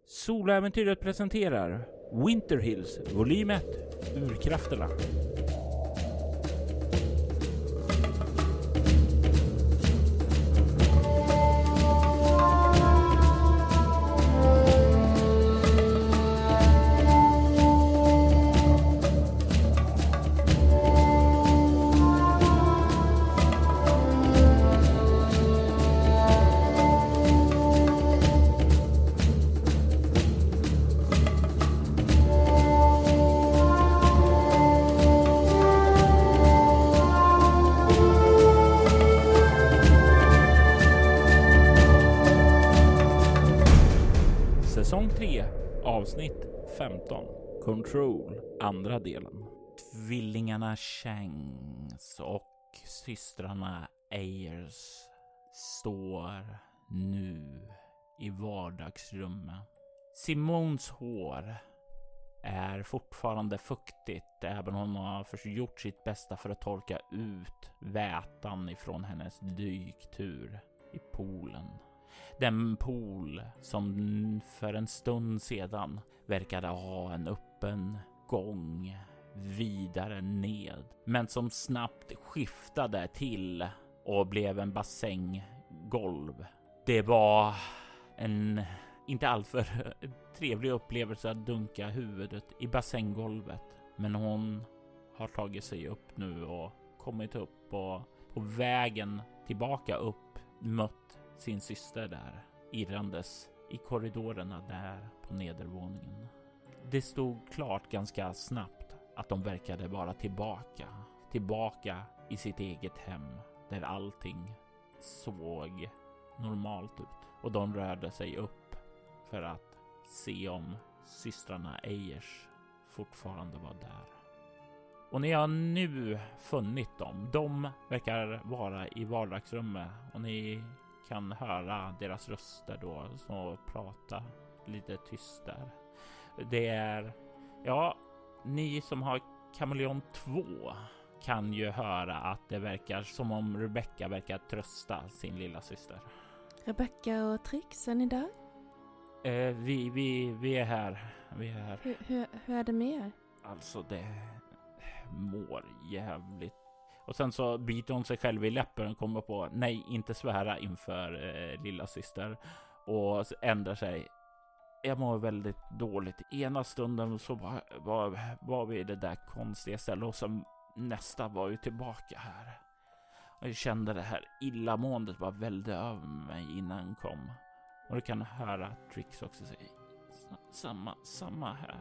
Soläventyret presenterar Winter Hills volym 1, Urkrafterna. Säsong 3, avsnitt 15. Control, andra delen. Tvillingarna Shanks och systrarna Ayers står nu i vardagsrummet. Simons hår är fortfarande fuktigt, även om hon har gjort sitt bästa för att torka ut vätan ifrån hennes dyktur i poolen. Den pool som för en stund sedan verkade ha en öppen gång vidare ned, men som snabbt skiftade till och blev en basänggolv. Det var en inte alltför trevlig upplevelse att dunka huvudet i basänggolvet, men hon har tagit sig upp nu och kommit upp, och på vägen tillbaka upp mött sin syster där irrandes i korridorerna där på nedervåningen. Det stod klart ganska snabbt att de verkade vara tillbaka i sitt eget hem där allting såg normalt ut, och de rörde sig upp för att se om systrarna Ayers fortfarande var där. Och ni har nu funnit dem. De verkar vara i vardagsrummet, och ni kan höra deras röster då som prata lite tyst där. Det är, ja, ni som har Kameleon 2 kan ju höra att det verkar som om Rebecca verkar trösta sin lilla syster. Rebecca och Trix, är ni där? Vi är här. Vi är här. Hur är det med er? Alltså, det mår jävligt. Och sen så biter hon sig själv i läppen och kommer på, nej, inte svära inför lilla syster, och ändrar sig. Jag mår väldigt dåligt. Ena stunden så var vi i det där konstiga stället, och så nästa var ju tillbaka här. Och jag kände det här illamåendet var väldigt över mig innan hon kom. Och du kan höra Trix också säga, samma här.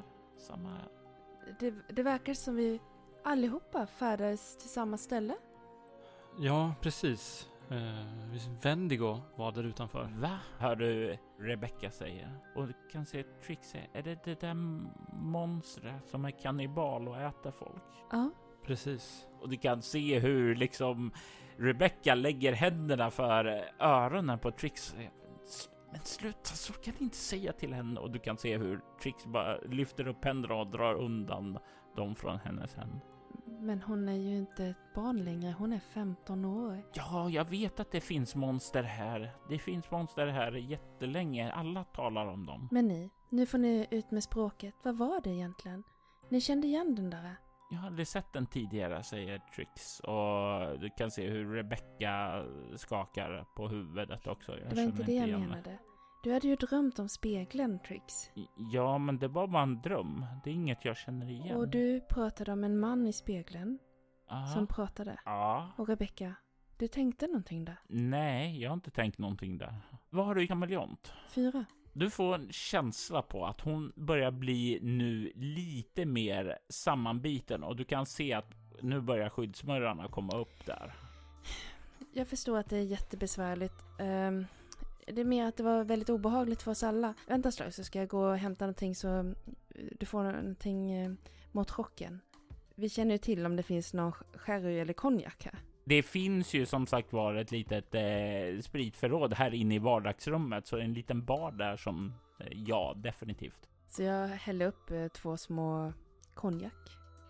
Det verkar som vi allihopa färdades till samma ställe. Ja, precis. Wendigo var där utanför. Va? Hör du Rebecca säga. Och du kan se Trix säga, är det där monstret som är kannibal och äter folk? Ja. Precis. Och du kan se hur liksom Rebecca lägger händerna för öronen på Trix. Men sluta, så kan ni inte säga till henne. Och du kan se hur Trix bara lyfter upp händerna och drar undan dem från hennes händer. Men hon är ju inte ett barn längre. Hon är 15 år. Ja, jag vet att det finns monster här. Det finns monster här jättelänge. Alla talar om dem. Men nu får ni ut med språket. Vad var det egentligen? Ni kände igen den där? Jag har aldrig sett den tidigare, säger Trix. Och du kan se hur Rebecca skakar på huvudet också. Det var inte det jag menade. Du hade ju drömt om spegeln, Trix. Ja, men det var bara en dröm. Det är inget jag känner igen. Och du pratade om en man i spegeln. Aha. Som pratade. Ja. Och Rebecca, du tänkte någonting där? Nej, jag har inte tänkt någonting där. Vad har du i kameleont? 4. Du får en känsla på att hon börjar bli nu lite mer sammanbiten, och du kan se att nu börjar skyddsmörarna komma upp där. Jag förstår att det är jättebesvärligt. Det är mer att det var väldigt obehagligt för oss alla. Vänta ett slag så ska jag gå och hämta någonting så du får någonting mot chocken. Vi känner ju till om det finns någon sherry eller konjak här. Det finns ju som sagt var ett litet spritförråd här inne i vardagsrummet, så en liten bar där som, ja, definitivt. Så jag häller upp 2 små konjak.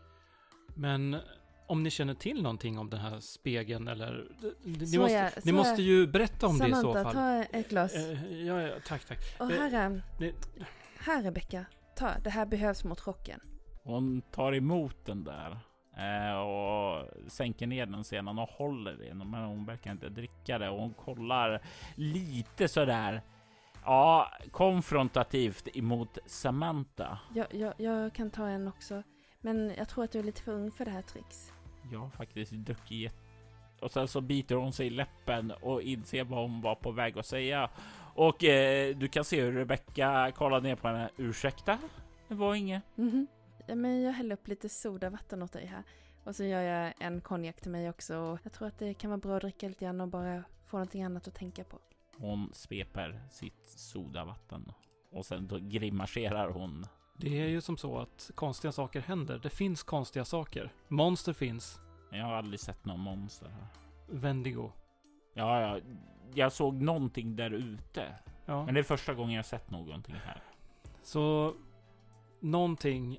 Men om ni känner till någonting om den här spegeln, eller ni Så måste ju berätta om Samantha, det i så fall. ta ett glas. Ja, tack. Och här är... Här Rebecca, ta, det här behövs mot chocken. Hon tar emot den där och sänker ner den sedan och håller den, men hon verkar inte dricka det och hon kollar lite sådär konfrontativt emot Samantha. Jag kan ta en också, men jag tror att du är lite för ung för det här Trix. Jag har faktiskt druckit. Och sen så biter hon sig i läppen och inser vad hon var på väg att säga. Och du kan se hur Rebecca kollar ner på henne. Ursäkta? Det var inget. Men jag häller upp lite sodavatten åt dig här. Och så gör jag en konjak till mig också. Och jag tror att det kan vara bra att dricka lite grann och bara få någonting annat att tänka på. Hon sveper sitt sodavatten. Och sen då grimaserar hon. Det är ju som så att konstiga saker händer. Det finns konstiga saker. Monster finns. Jag har aldrig sett någon monster här. Wendigo. Ja, jag såg någonting där ute. Ja. Men det är första gången jag sett någonting här. Så någonting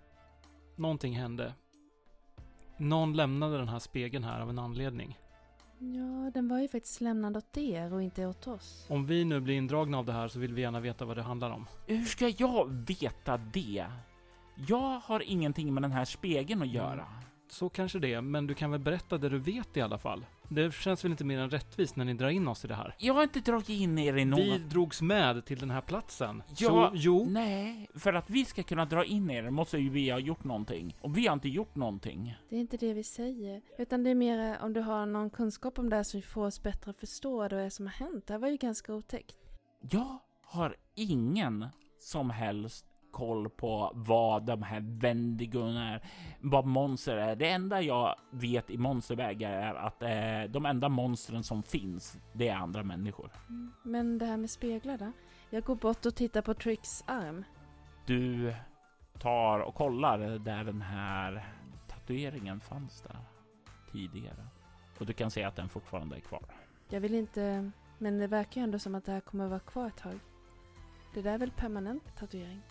hände. Någon lämnade den här spegeln här av en anledning. Ja, den var ju faktiskt lämnad åt er och inte åt oss. Om vi nu blir indragna av det här så vill vi gärna veta vad det handlar om. Hur ska jag veta det? Jag har ingenting med den här spegeln att göra. Så kanske det, men du kan väl berätta det du vet i alla fall. Det känns väl inte mer än rättvist när ni drar in oss i det här. Jag har inte dragit in er i någon... Vi drogs med till den här platsen. Ja, så, jo. Nej, för att vi ska kunna dra in er måste ju vi ha gjort någonting. Och vi har inte gjort någonting. Det är inte det vi säger. Utan det är mer om du har någon kunskap om det här så vi får oss bättre att förstå vad det är som har hänt. Det här var ju ganska otäckt. Jag har ingen som helst koll på vad de här Wendigorna är, vad monster är. Det enda jag vet i monstervägar är att de enda monstren som finns, det är andra människor. Men det här med speglar då? Jag går bort och tittar på Trix arm. Du tar och kollar där den här tatueringen fanns där tidigare. Och du kan se att den fortfarande är kvar. Jag vill inte, men det verkar ju ändå som att det här kommer att vara kvar ett tag. Det där är väl permanent tatuering?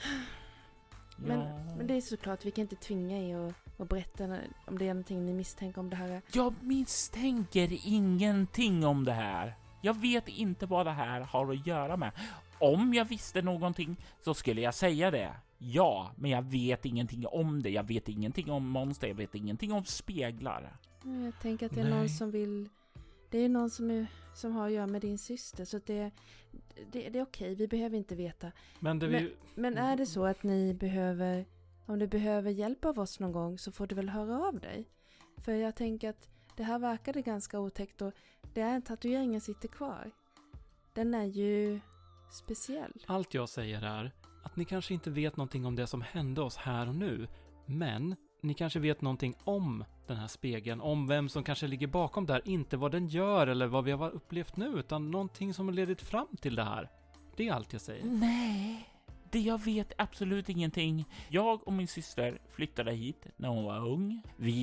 Men det är såklart, vi kan inte tvinga er att berätta om det är någonting ni misstänker om det här. Jag misstänker ingenting om det här. Jag vet inte vad det här har att göra med. Om jag visste någonting så skulle jag säga det. Ja, men jag vet ingenting om det. Jag vet ingenting om monster. Jag vet ingenting om speglar. Jag tänker att det är någon som vill... Det är någon som har att göra med din syster. Så det är okej. Vi behöver inte veta. Men är det så att ni behöver... Om du behöver hjälp av oss någon gång så får du väl höra av dig. För jag tänker att det här verkade ganska otäckt. Och det är en tatueringen sitter kvar. Den är ju speciell. Allt jag säger är att ni kanske inte vet någonting om det som hände oss här och nu. Men ni kanske vet någonting om den här spegeln. Om vem som kanske ligger bakom där. Inte vad den gör eller vad vi har upplevt nu. Utan någonting som har ledit fram till det här. Det är allt jag säger. Nej, det jag vet absolut ingenting. Jag och min syster flyttade hit när hon var ung.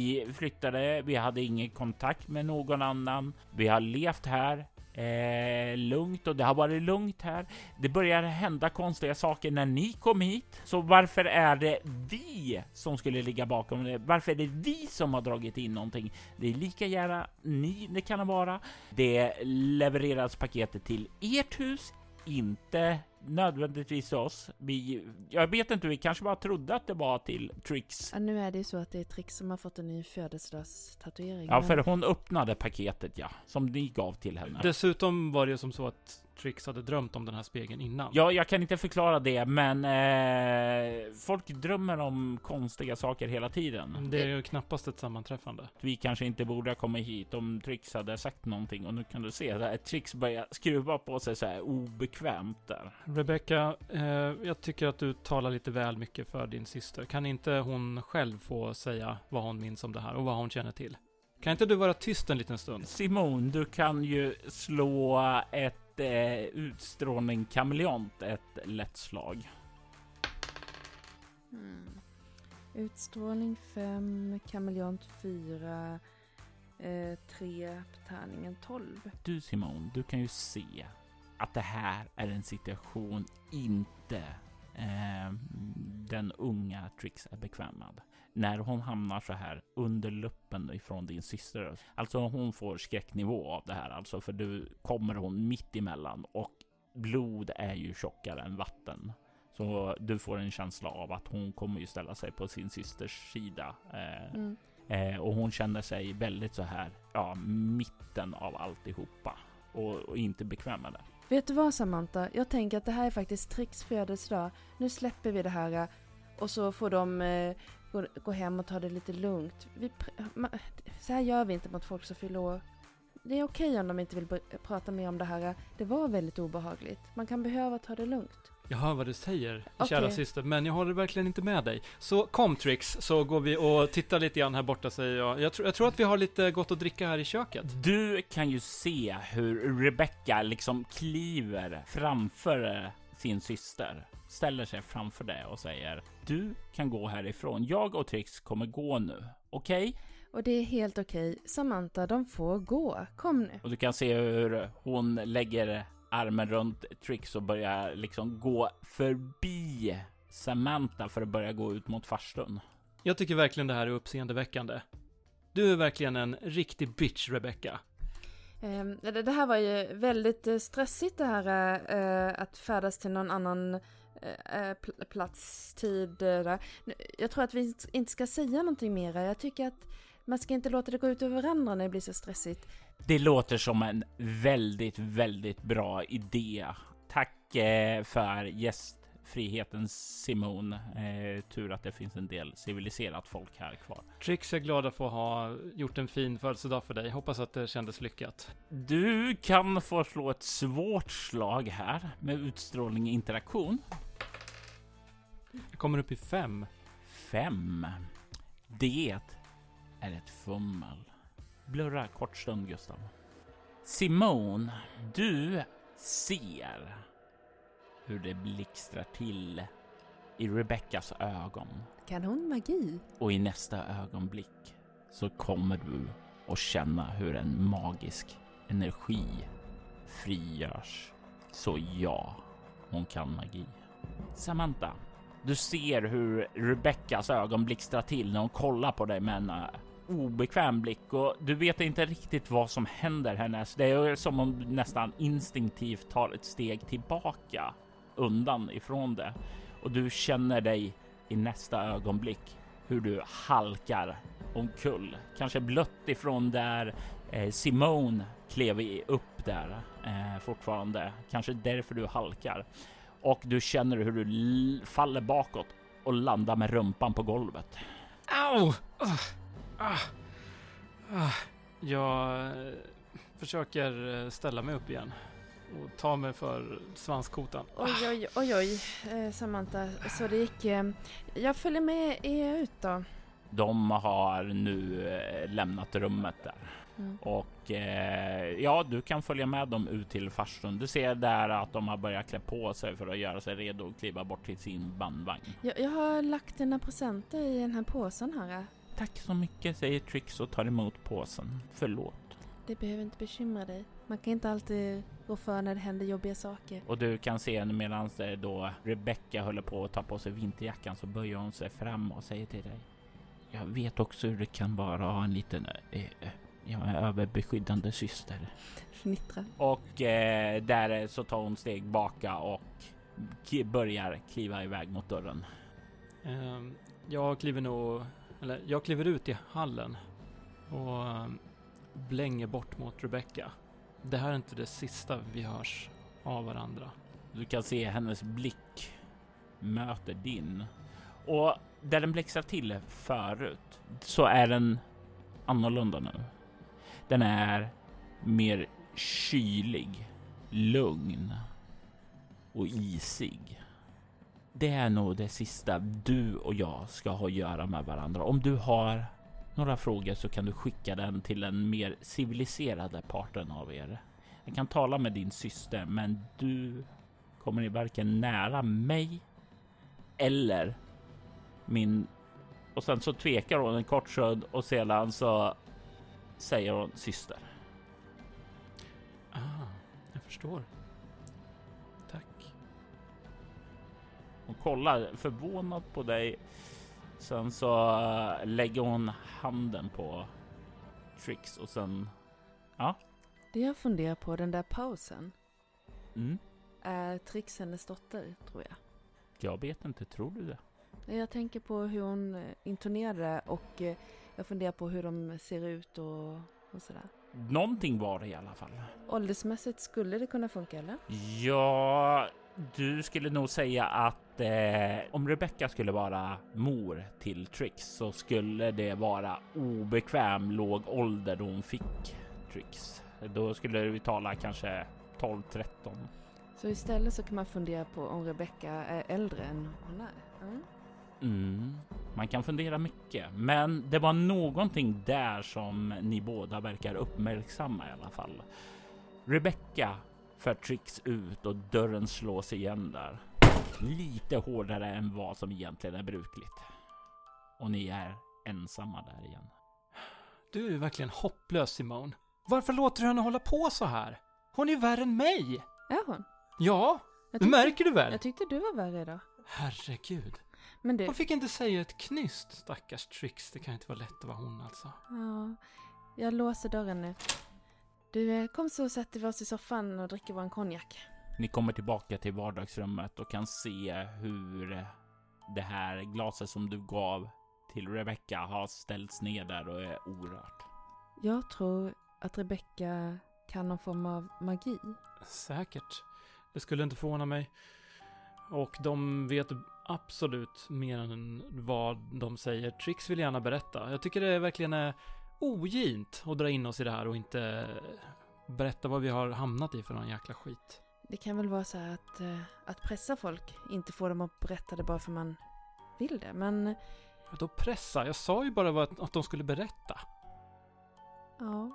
Vi hade ingen kontakt med någon annan. Vi har levt här lugnt och det har varit lugnt här. Det började hända konstiga saker när ni kom hit. Så varför är det vi som skulle ligga bakom det? Varför är det vi som har dragit in någonting? Det är lika gärna ni det kan vara. Det levereras paketet till ert hus, inte nödvändigtvis oss. Jag vet inte, vi kanske bara trodde att det var till Trix. Ja, nu är det ju så att det är Trix som har fått en ny födelsedagstatuering. Ja, för hon öppnade paketet, som ni gav till henne. Dessutom var det som så att Trix hade drömt om den här spegeln innan. Ja, jag kan inte förklara det, men folk drömmer om konstiga saker hela tiden. Det är ju knappast ett sammanträffande. Vi kanske inte borde ha kommit hit om Trix hade sagt någonting. Och nu kan du se att Trix börjar skruva på sig så här obekvämt där. Rebecca, jag tycker att du talar lite väl mycket för din syster. Kan inte hon själv få säga vad hon minns om det här och vad hon känner till? Kan inte du vara tyst en liten stund? Simon, du kan ju slå ett utstrålning kameleont, ett lätt slag. Utstrålning 5, kameleont 4, 3 på tärningen 12. Du Simon, du kan ju se att det här är en situation inte den unga Trix är bekväm med. När hon hamnar så här under luppen ifrån din syster. Alltså hon får skräcknivå av det här. Alltså för du kommer hon mitt emellan och blod är ju tjockare än vatten. Så du får en känsla av att hon kommer ju ställa sig på sin systers sida. Och hon känner sig väldigt så här, mitten av alltihopa. Och inte bekväm med det. Vet du vad, Samantha? Jag tänker att det här är faktiskt Tricks födelsedag. Nu släpper vi det här och så får de gå hem och ta det lite lugnt. Så här gör vi inte mot folk som fyller år. Det är okej om de inte vill prata mer om det här. Det var väldigt obehagligt. Man kan behöva ta det lugnt. Jag hör vad du säger, Okej. kära syster, men jag håller verkligen inte med dig. Så kom Trix, så går vi och tittar lite grann här borta, säger jag. Jag tror att vi har lite gott att dricka här i köket. Du kan ju se hur Rebecca liksom kliver framför sin syster. Ställer sig framför det och säger: du kan gå härifrån. Jag och Trix kommer gå nu. Okej? Och det är helt okej. Samantha, de får gå. Kom nu. Och du kan se hur hon lägger armen runt Trix och börjar liksom gå förbi Samantha för att börja gå ut mot farstun. Jag tycker verkligen det här är uppseendeväckande. Du är verkligen en riktig bitch, Rebecca. Det här var ju väldigt stressigt det här att färdas till någon annan plats, tid där. Jag tror att vi inte ska säga någonting mer. Jag tycker att man ska inte låta det gå ut över varandra när det blir så stressigt. Det låter som en väldigt, väldigt bra idé. Tack för gästfriheten, Simon. Tur att det finns en del civiliserat folk här kvar. Trix är glad att få ha gjort en fin födelsedag för dig. Hoppas att det kändes lyckat. Du kan få slå ett svårt slag här med utstrålning och interaktion. Jag kommer upp i 5. 5. Det är ett fummel. Blurra kort stund, Gustav. Simon, du ser hur det blixtrar till i Rebeccas ögon. Kan hon magi? Och i nästa ögonblick så kommer du att känna hur en magisk energi frigörs. Så ja, hon kan magi. Samantha, du ser hur Rebeccas ögon blixtrar till när hon kollar på dig med en obekväm blick, och du vet inte riktigt vad som händer härnäst. Det är som om du nästan instinktivt tar ett steg tillbaka undan ifrån det, och du känner dig i nästa ögonblick hur du halkar omkull, kanske blött ifrån där Simone klev upp där fortfarande, kanske därför du halkar, och du känner hur du faller bakåt och landar med rumpan på golvet. Au! Jag försöker ställa mig upp igen och ta mig för svanskotan. Oj, Samantha, så det gick. Jag följer med er ut då. De har nu lämnat rummet där. Och du kan följa med dem ut till farstun. Du ser där att de har börjat klä på sig för att göra sig redo och kliva bort till sin bandvagn. Jag har lagt dina presenter i den här påsen här. Tack så mycket, säger Trix och tar emot påsen. Förlåt. Det behöver inte bekymra dig. Man kan inte alltid gå för när det händer jobbiga saker. Och du kan se medan då Rebecca håller på att ta på sig vinterjackan, så böjer hon sig fram och säger till dig: jag vet också hur det kan vara att ha en liten överbeskyddande syster. Fnittra. Och där så tar hon steg baka och börjar kliva iväg mot dörren. Jag kliver ut i hallen och blänger bort mot Rebecca. Det här är inte det sista vi hörs av varandra. Du kan se hennes blick möter din. Och där den blixtrar till förut så är den annorlunda nu. Den är mer kylig, lugn och isig. Det är nog det sista du och jag ska ha att göra med varandra. Om du har några frågor så kan du skicka den till den mer civiliserade parten av er. Jag kan tala med din syster, men du kommer varken nära mig eller min... Och sen så tvekar hon en kort stund och sedan så säger hon syster. Jag förstår. Tack. Hon kollar förvånad på dig. Sen så lägger hon handen på Trix och sen... Ja. Det jag funderar på, den där pausen. Mm. Är Trix hennes dotter, tror jag. Jag vet inte, tror du det? Jag tänker på hur hon intonerade och jag funderar på hur de ser ut och sådär. Någonting var det i alla fall. Åldersmässigt skulle det kunna funka, eller? Ja, du skulle nog säga att om Rebecca skulle vara mor till Trix så skulle det vara obekväm låg ålder då hon fick Trix. Då skulle vi tala kanske 12-13. Så istället så kan man fundera på om Rebecca är äldre än hon är. Man kan fundera mycket, men det var någonting där som ni båda verkar uppmärksamma i alla fall. Rebecca för Trix ut och dörren slås igen där. Lite hårdare än vad som egentligen är brukligt. Och ni är ensamma där igen. Du är verkligen hopplös, Simone. Varför låter du henne hålla på så här? Hon är ju värre än mig. Är hon? Ja, det märker du väl? Jag tyckte du var värre idag. Herregud. Men du... Hon fick inte säga ett knyst, stackars Trix. Det kan inte vara lätt att vara hon alltså. Ja, jag låser dörren nu. Du, kom så och sätter vi oss i soffan och dricker vår konjak. Ni kommer tillbaka till vardagsrummet och kan se hur det här glaset som du gav till Rebecca har ställts ner där och är orört. Jag tror att Rebecca kan någon form av magi. Säkert. Det skulle inte förvåna mig. Och de vet absolut mer än vad de säger. Trix vill gärna berätta. Jag tycker det verkligen är ogint att dra in oss i det här och inte berätta vad vi har hamnat i för någon jäkla skit. Det kan väl vara så här att pressa folk, inte få dem att berätta det bara för man vill det, men... Då pressa? Jag sa ju bara att de skulle berätta. Ja.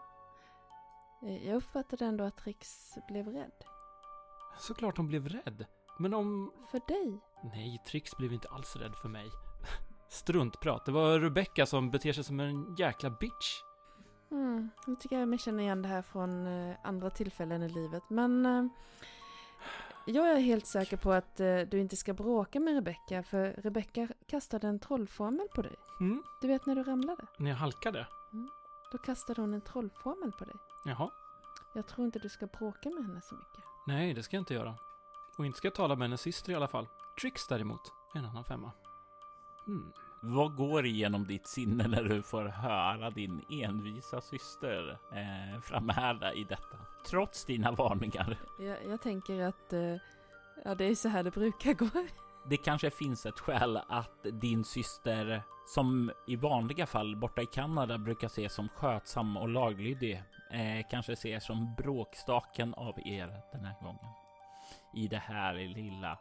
Jag uppfattade ändå att Trix blev rädd. Såklart hon blev rädd. Men om... För dig? Nej, Trix blev inte alls rädd för mig. Struntprat. Det var Rebecca som beter sig som en jäkla bitch. Jag tycker jag känner igen det här från andra tillfällen i livet. Men jag är helt säker på att du inte ska bråka med Rebecca. För Rebecca kastade en trollformel på dig. Du vet när du ramlade? När jag halkade? Då kastade hon en trollformel på dig. Jaha. Jag tror inte du ska bråka med henne så mycket. Nej, det ska jag inte göra. Och inte ska jag tala med hennes syster i alla fall. Trix däremot, en annan femma. Vad går igenom ditt sinne när du får höra din envisa syster framhärda i detta? Trots dina varningar. Jag tänker att det är så här det brukar gå. Det kanske finns ett skäl att din syster, som i vanliga fall borta i Kanada brukar ses som skötsam och laglydig, kanske ses som bråkstaken av er den här gången. I det här lilla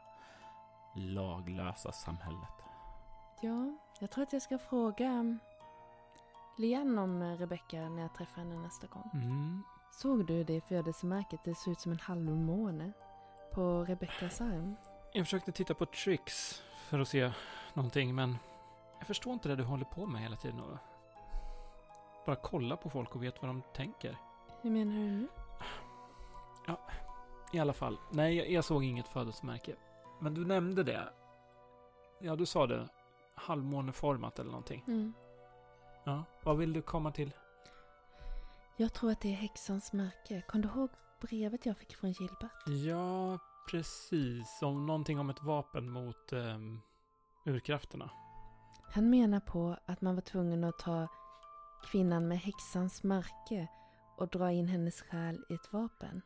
laglösa samhället. Ja, jag tror att jag ska fråga Lian om Rebecca när jag träffar henne nästa gång. Såg du det födelsemärket? Det ser ut som en halvmåne på Rebeccas arm. Jag försökte titta på Trix för att se någonting, men jag förstår inte det du håller på med hela tiden. Och bara kolla på folk och vet vad de tänker. Hur menar du nu? Ja, i alla fall. Nej, jag såg inget födelsemärke. Men du nämnde det. Ja, du sa det. Halvmåneformat eller någonting. Ja, vad vill du komma till? Jag tror att det är häxans märke. Kom du ihåg brevet jag fick från Gilbert? Ja, precis. Om någonting om ett vapen mot urkrafterna. Han menar på att man var tvungen att ta kvinnan med häxans märke och dra in hennes själ i ett vapen.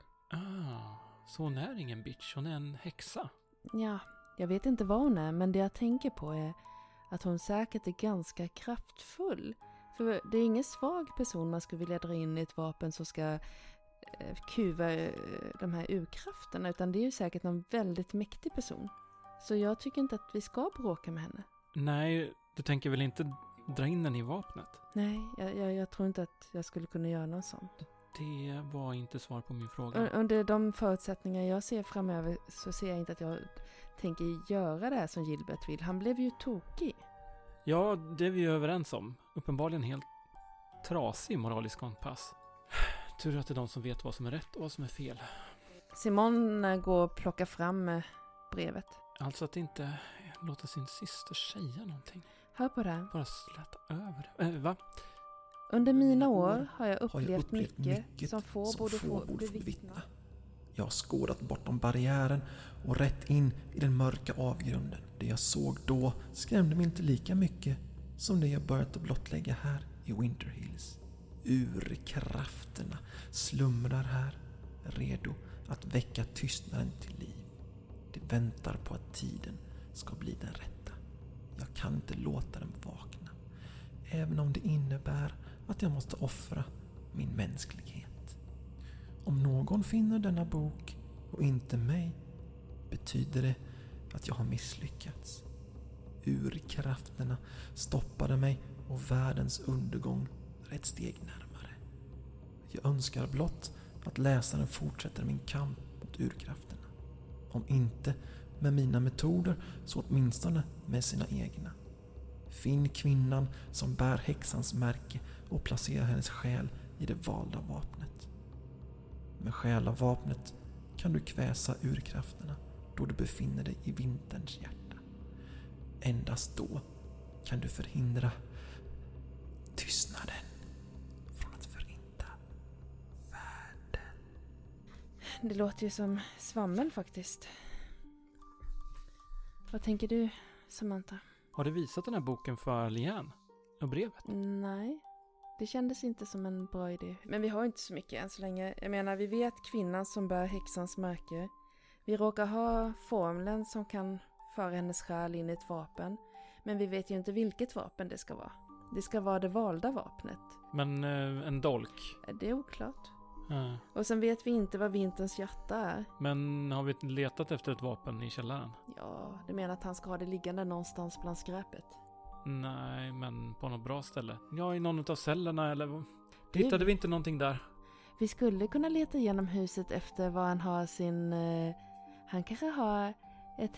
Så hon är ingen bitch, hon är en häxa. Ja, jag vet inte vad hon är, men det jag tänker på är att hon säkert är ganska kraftfull. För det är ingen svag person man skulle vilja dra in i ett vapen som ska kuva de här urkrafterna, utan det är ju säkert någon väldigt mäktig person. Så jag tycker inte att vi ska bråka med henne. Nej, du tänker väl inte dra in den i vapnet? Nej, jag tror inte att jag skulle kunna göra något sånt. Det var inte svar på min fråga. Under de förutsättningar jag ser framöver så ser jag inte att jag tänker göra det här som Gilbert vill. Han blev ju tokig. Ja, det är vi ju överens om. Uppenbarligen helt trasig moralisk kompass. Tur att det är de som vet vad som är rätt och vad som är fel. Simon går och plockar fram brevet. Alltså att inte låta sin syster säga någonting. Hör på det här. Bara släta över det. Va? Under mina år har jag upplevt mycket som få borde få bevittna. Jag har skådat bortom barriären och rätt in i den mörka avgrunden. Det jag såg då skrämde mig inte lika mycket som det jag börjat att blottlägga här i Winter Hills. Urkrafterna slumrar här, redo att väcka tystnaden till liv. De väntar på att tiden ska bli den rätta. Jag kan inte låta dem vakna, även om det innebär att jag måste offra min mänsklighet. Om någon finner denna bok och inte mig, betyder det att jag har misslyckats. Urkrafterna stoppade mig och världens undergång är ett steg närmare. Jag önskar blott att läsaren fortsätter min kamp mot urkrafterna. Om inte med mina metoder, så åtminstone med sina egna. Finn kvinnan som bär häxans märke och placera hennes själ i det valda vapnet. Med själavapnet kan du kväsa urkrafterna då du befinner dig i vinterns hjärta. Endast då kan du förhindra tystnaden från att förinta världen. Det låter ju som svammel faktiskt. Vad tänker du, Samantha? Har du visat den här boken för Lian? Och brevet? Nej, det kändes inte som en bra idé. Men vi har inte så mycket än så länge. Jag menar, vi vet kvinnan som bär häxans märke. Vi råkar ha formeln som kan föra hennes själ in i ett vapen. Men vi vet ju inte vilket vapen det ska vara. Det ska vara det valda vapnet. Men en dolk? Det är oklart. Ja. Och sen vet vi inte vad vinterns hjärta är. Men har vi letat efter ett vapen i källaren? Ja, det menar att han ska ha det liggande någonstans bland skräpet. Nej, men på något bra ställe. Ja, i någon av cellerna eller... Hittade vi inte någonting där? Vi skulle kunna leta igenom huset efter vad han har sin... han kanske har ett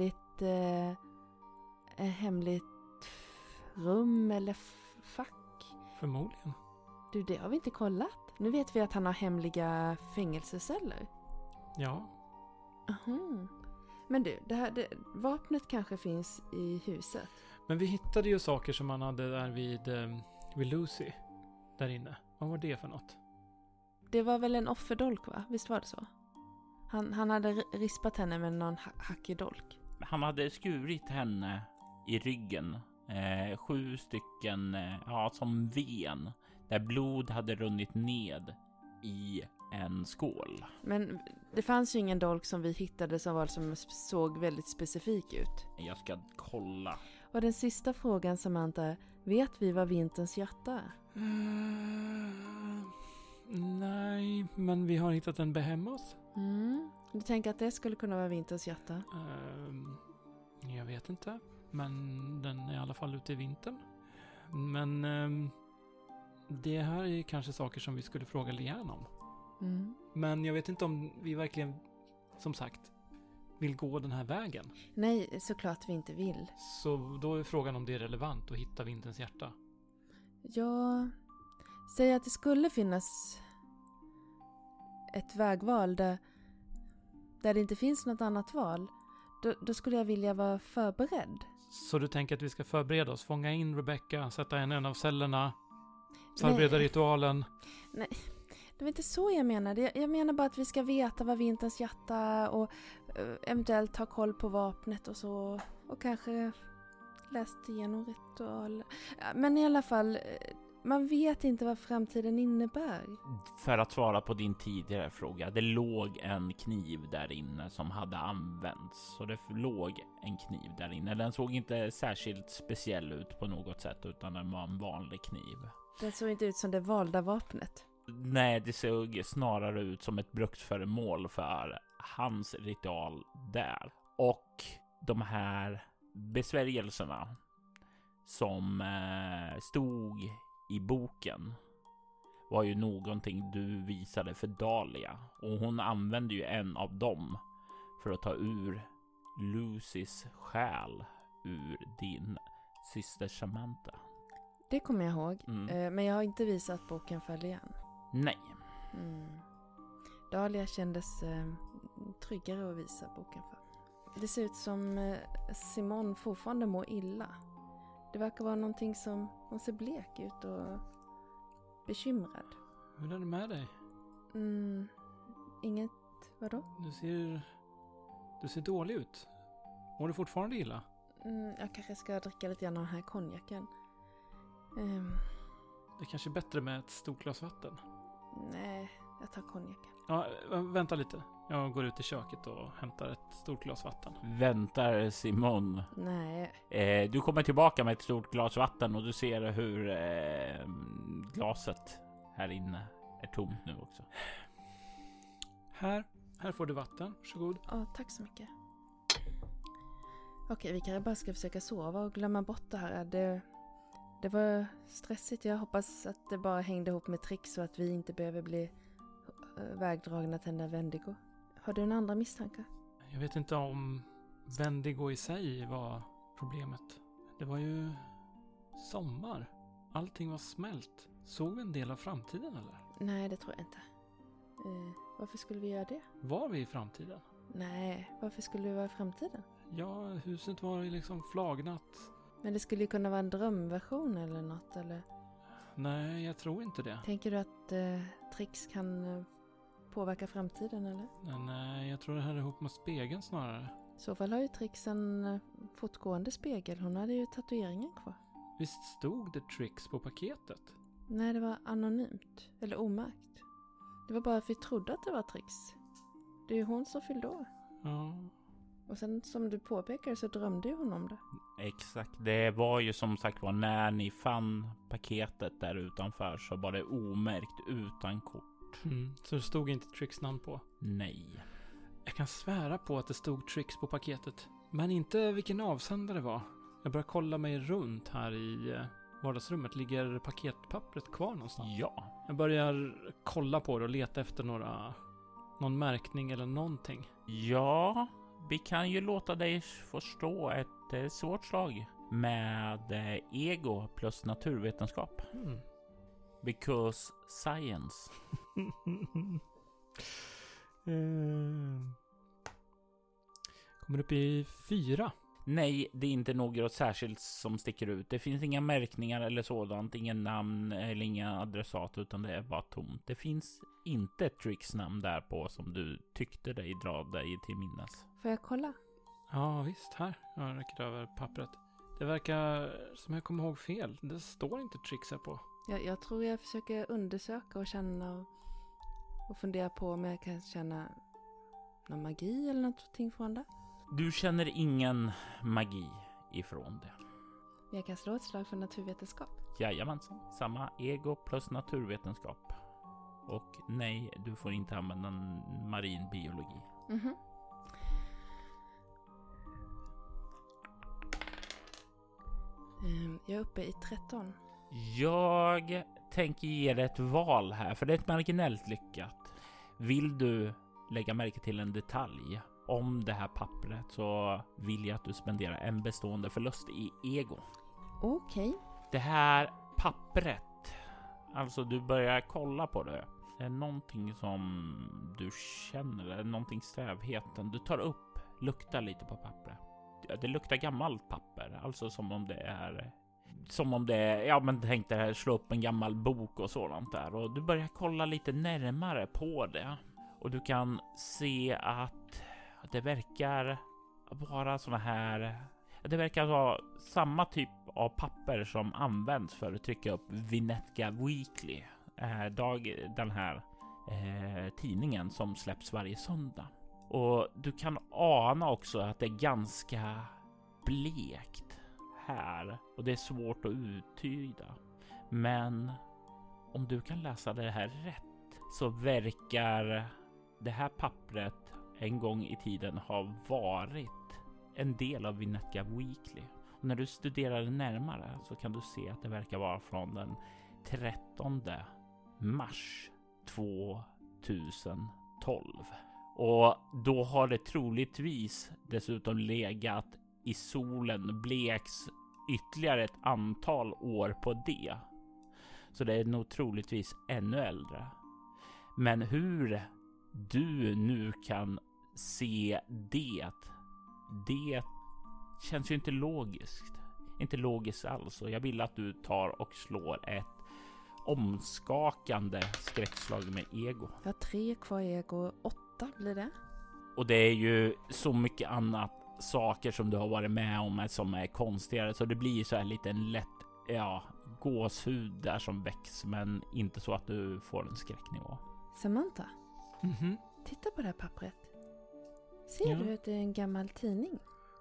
hemligt rum eller fack. Förmodligen. Du, det har vi inte kollat. Nu vet vi att han har hemliga fängelseceller. Ja. Aha. Men du, vapnet kanske finns i huset. Men vi hittade ju saker som han hade där vid Lucy. Där inne. Vad var det för något? Det var väl en offerdolk, va? Visst var det så? Han hade rispat henne med någon hackig dolk. Han hade skurit henne i ryggen. 7 stycken, som ven. Där blod hade runnit ned i en skål. Men det fanns ju ingen dolk som vi hittade som såg väldigt specifik ut. Jag ska kolla. Och den sista frågan, Samantha, vet vi vad vinterns hjärta är? Nej, men vi har hittat en hemma. Du tänker att det skulle kunna vara vinterns hjärta? Jag vet inte. Men den är i alla fall ute i vintern. Men det här är kanske saker som vi skulle fråga Lian om. Men jag vet inte om vi verkligen, som sagt, vill gå den här vägen. Nej, såklart vi inte vill. Så då är frågan om det är relevant att hitta vinterns hjärta. Ja, säg att det skulle finnas ett vägval där det inte finns något annat val. Då skulle jag vilja vara förberedd. Så du tänker att vi ska förbereda oss? Fånga in Rebecca, sätta henne i en av cellerna, förbereda ritualen? Nej, det var inte så jag menade. Jag menar bara att vi ska veta vad vinterns hjärta är och eventuellt ha koll på vapnet och så. Och kanske läst igenom ritual. Men i alla fall, man vet inte vad framtiden innebär. För att svara på din tidigare fråga, det låg en kniv där inne som hade använts. Så det låg en kniv där inne. Den såg inte särskilt speciell ut på något sätt, utan den var en vanlig kniv. Den såg inte ut som det valda vapnet. Nej, det såg snarare ut som ett bruksföremål för hans ritual där. Och de här besvärjelserna som stod i boken var ju någonting du visade för Dahlia. Och hon använde ju en av dem för att ta ur Lucys själ ur din syster Samantha. Det kommer jag ihåg. Men jag har inte visat boken för Lian. Nej. Dahlia kändes tryggare att visa boken för. Det ser ut som Simon fortfarande mår illa. Det verkar vara någonting som hon ser blek ut och bekymrad. Hur är det med dig? Inget, vadå? Du ser dålig ut. Mår du fortfarande illa? Jag kanske ska dricka lite grann av den här konjaken. Det är kanske är bättre med ett stort glas vatten. Nej, jag tar konjaken. Ja, vänta lite. Jag går ut i köket och hämtar ett stort glas vatten. Väntar Simon. Nej. Du kommer tillbaka med ett stort glas vatten och du ser hur glaset här inne är tomt nu också. Här får du vatten. Varsågod. Ja, tack så mycket. Okej, vi kanske bara ska försöka sova och glömma bort det här. Det var stressigt. Jag hoppas att det bara hängde ihop med tricks och att vi inte behöver bli vägdragna till den där Wendigo. Har du några andra misstankar? Jag vet inte om Wendigo i sig var problemet. Det var ju sommar. Allting var smält. Såg vi en del av framtiden eller? Nej, det tror jag inte. Varför skulle vi göra det? Var vi i framtiden? Nej, varför skulle vi vara i framtiden? Ja, huset var ju liksom flagnat. Men det skulle ju kunna vara en drömversion eller något, eller? Nej, jag tror inte det. Tänker du att tricks kan påverka framtiden, eller? Nej, jag tror det här är ihop med spegeln snarare. I så fall har ju tricks en fortgående spegel. Hon hade ju tatueringen kvar. Visst stod det tricks på paketet? Nej, det var anonymt. Eller omärkt. Det var bara att vi trodde att det var tricks. Det är ju hon som fyllde år. Ja. Och sen som du påpekar så drömde ju hon om det. Exakt, det var ju som sagt var när ni fann paketet där utanför så var det omärkt utan kort. Så det stod inte Tricks namn på? Nej. Jag kan svära på att det stod Tricks på paketet. Men inte vilken avsändare det var. Jag börjar kolla mig runt här i vardagsrummet. Ligger paketpappret kvar någonstans? Ja. Jag börjar kolla på det och leta efter någon märkning eller någonting. Ja, vi kan ju låta dig förstå ett svårt slag med ego plus naturvetenskap. Because science. Kommer upp i 4. Nej, det är inte något särskilt som sticker ut. Det finns inga märkningar eller sådant, ingen namn eller inga adressat, utan det är bara tomt. Det finns inte ett Tricks namn där på som du tyckte dig dra dig till minnes. Får jag kolla? Ja, visst. Här. Jag räcker över pappret. Det verkar som jag kommer ihåg fel. Det står inte Tricks här på. Jag tror jag försöker undersöka och känna och fundera på om jag kan känna någon magi eller någonting från det. Du känner ingen magi ifrån det. Jag kan slå ett slag för naturvetenskap. Jajamensan. Samma ego plus naturvetenskap. Och nej, du får inte använda marin biologi. Mhm. Jag är uppe i 13. Jag tänker ge dig ett val här, för det är ett marginellt lyckat. Vill du lägga märke till en detalj om det här pappret så vill jag att du spenderar en bestående förlust i ego. Okej. Det här pappret, alltså du börjar kolla på det. Det är någonting som du känner, eller någonting strävheten. Du tar upp, luktar lite på pappret. Det luktar gammalt papper, alltså som om det är, ja men tänk dig här, slå upp en gammal bok och sådant där. Och du börjar kolla lite närmare på det. Och du kan se att det verkar vara såna här, det verkar vara samma typ av papper som används för att trycka upp Vinetka Weekly. Den här tidningen som släpps varje söndag. Och du kan ana också att det är ganska blekt här. Och det är svårt att uttyda. Men om du kan läsa det här rätt så verkar det här pappret en gång i tiden ha varit en del av Vinetka Weekly. Och när du studerar det närmare så kan du se att det verkar vara från den 13 mars 2012. Och då har det troligtvis dessutom legat i solen, bleks ytterligare ett antal år på det. Så det är nog troligtvis ännu äldre. Men hur du nu kan se det känns ju inte logiskt. Inte logiskt alls. Och jag vill att du tar och slår ett omskakande skräckslag med ego. Jag har 3 kvar i ego. 8 blir det. Och det är ju så mycket annat saker som du har varit med om som är konstigare, så det blir så här lite en lätt gåshud där som väcks, men inte så att du får en skräcknivå. Samantha, Mhm. titta på det här pappret. Ser du att det är en gammal tidning?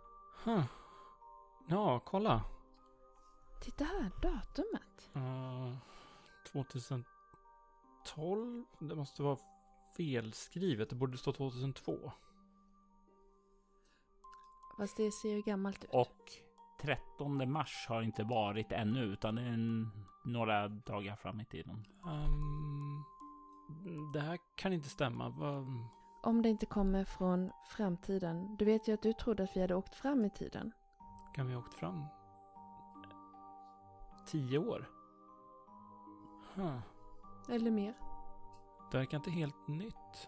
Ja, kolla. Titta här, datumet. 2012? Det måste vara felskrivet. Det borde stå 2002. Fast det ser ju gammalt ut. Och 13 mars har inte varit ännu, utan det är några dagar fram i tiden. Det här kan inte stämma. Om det inte kommer från framtiden. Du vet ju att du trodde att vi hade åkt fram i tiden. Kan vi ha åkt fram? 10 år? Eller mer. Det verkar inte helt nytt.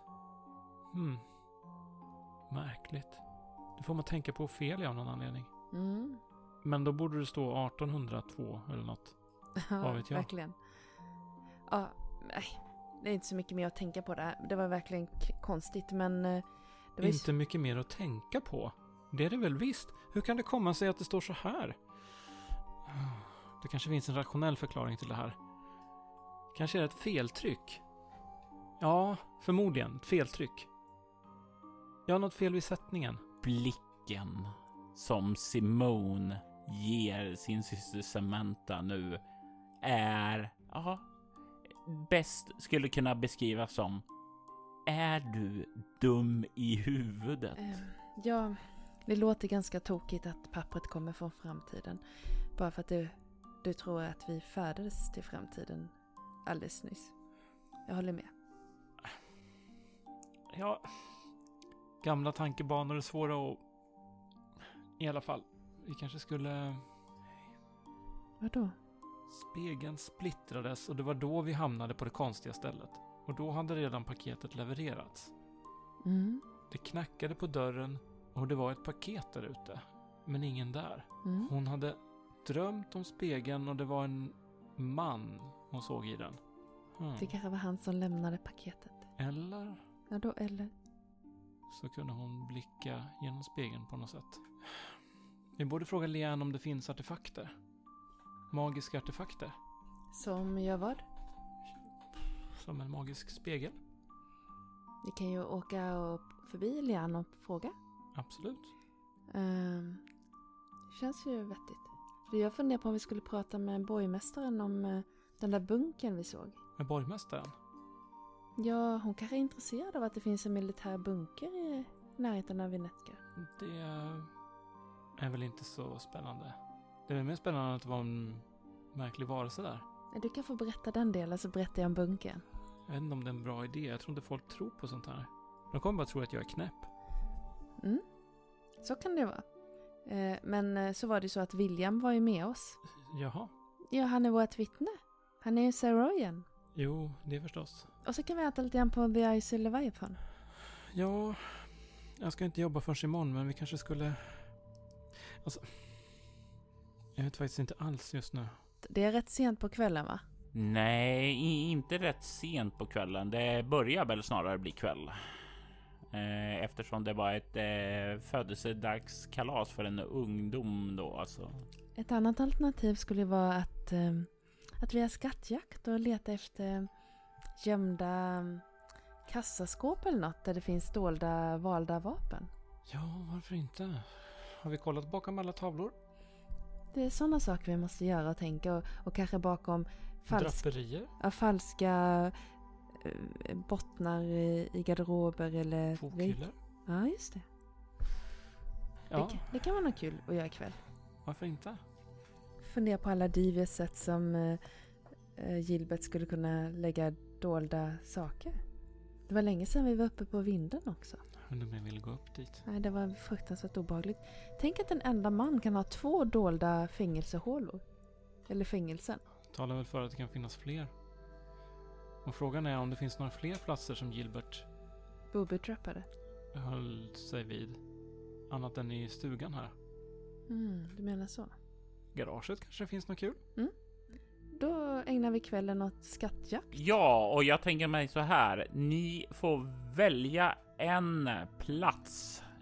Märkligt. Det får man tänka på Ophelia av någon anledning. Mm. Men då borde det stå 1802 eller något. Ja, Vad vet jag? verkligen. Ja, nej. Det är inte så mycket mer att tänka på det här. Det var verkligen konstigt, men... det var Inte mycket mer att tänka på. Det är det väl visst. Hur kan det komma sig att det står så här? Det kanske finns en rationell förklaring till det här. Kanske är det ett feltryck. Ja, förmodligen ett feltryck. Jag har något fel vid sättningen. Blicken som Simone ger sin syster Samantha nu är, bäst skulle kunna beskrivas som: är du dum i huvudet? Ja, det låter ganska tokigt att pappret kommer från framtiden. Bara för att du tror att vi färdades till framtiden alldeles nyss. Jag håller med. Ja, gamla tankebanor är svåra att... I alla fall, vi kanske skulle... Vadå? Spegeln splittrades och det var då vi hamnade på det konstiga stället. Och då hade redan paketet levererats. Mm. Det knackade på dörren och det var ett paket där ute. Men ingen där. Mm. Hon hade drömt om spegeln och det var en man hon såg i den. Det kanske var han som lämnade paketet. Eller Ja, då eller. så kunde hon blicka genom spegeln på något sätt. Vi borde fråga Leanne om det finns artefakter. Magiska artefakter. Som gör vad? Som en magisk spegel. Vi kan ju åka förbi Lian och fråga. Absolut. Känns ju vettigt. För jag funderar på om vi skulle prata med borgmästaren om den där bunkern vi såg. Med borgmästaren? Ja, hon kanske är intresserad av att det finns en militär bunker i närheten av Vinetka. Det är väl inte så spännande. Det är mer spännande att det var en märklig varelse där. Du kan få berätta den delen, så berättar jag om bunkern. Jag vet inte om det är en bra idé. Jag tror inte folk tror på sånt här. De kommer bara tro att jag är knäpp. Mm, så kan det vara. Men så var det så att William var ju med oss. Jaha. Ja, han är vårt vittne. Han är ju Saroyan. Jo, det förstås. Och så kan vi äta lite grann på The Icy Leviathan. Ja, jag ska inte jobba förrän imorgon, men vi kanske skulle... Alltså, jag vet faktiskt inte alls just nu. Det är rätt sent på kvällen, va? Nej, inte rätt sent på kvällen. Det börjar väl snarare bli kväll. Eftersom det var ett födelsedagskalas för en ungdom då. Alltså. Ett annat alternativ skulle vara att vi har skattjakt och leta efter gömda kassaskåp eller något där det finns dolda valda vapen. Ja, varför inte? Har vi kollat bakom alla tavlor? Det är sådana saker vi måste göra och tänka och kanske bakom Draperier? falska bottnar i garderober eller... Fokhyllor? Ja, just det. Ja, Det kan vara något kul att göra ikväll. varför inte? Fundera på alla diviga sätt som Gilbert skulle kunna lägga dolda saker. Det var länge sedan vi var uppe på vinden också. Jag undrar om jag vill gå upp dit. Nej, det var fruktansvärt obehagligt. Tänk att en enda man kan ha 2 dolda fängelsehålor. Eller fängelsen. Talar väl för att det kan finnas fler. Och frågan är om det finns några fler platser som Gilbert Booby-trappade. höll sig vid. Annat än i stugan här. Du menar så. Garaget kanske finns något kul? Då ägnar vi kvällen åt skattjakt. Ja, och jag tänker mig så här. Ni får välja en plats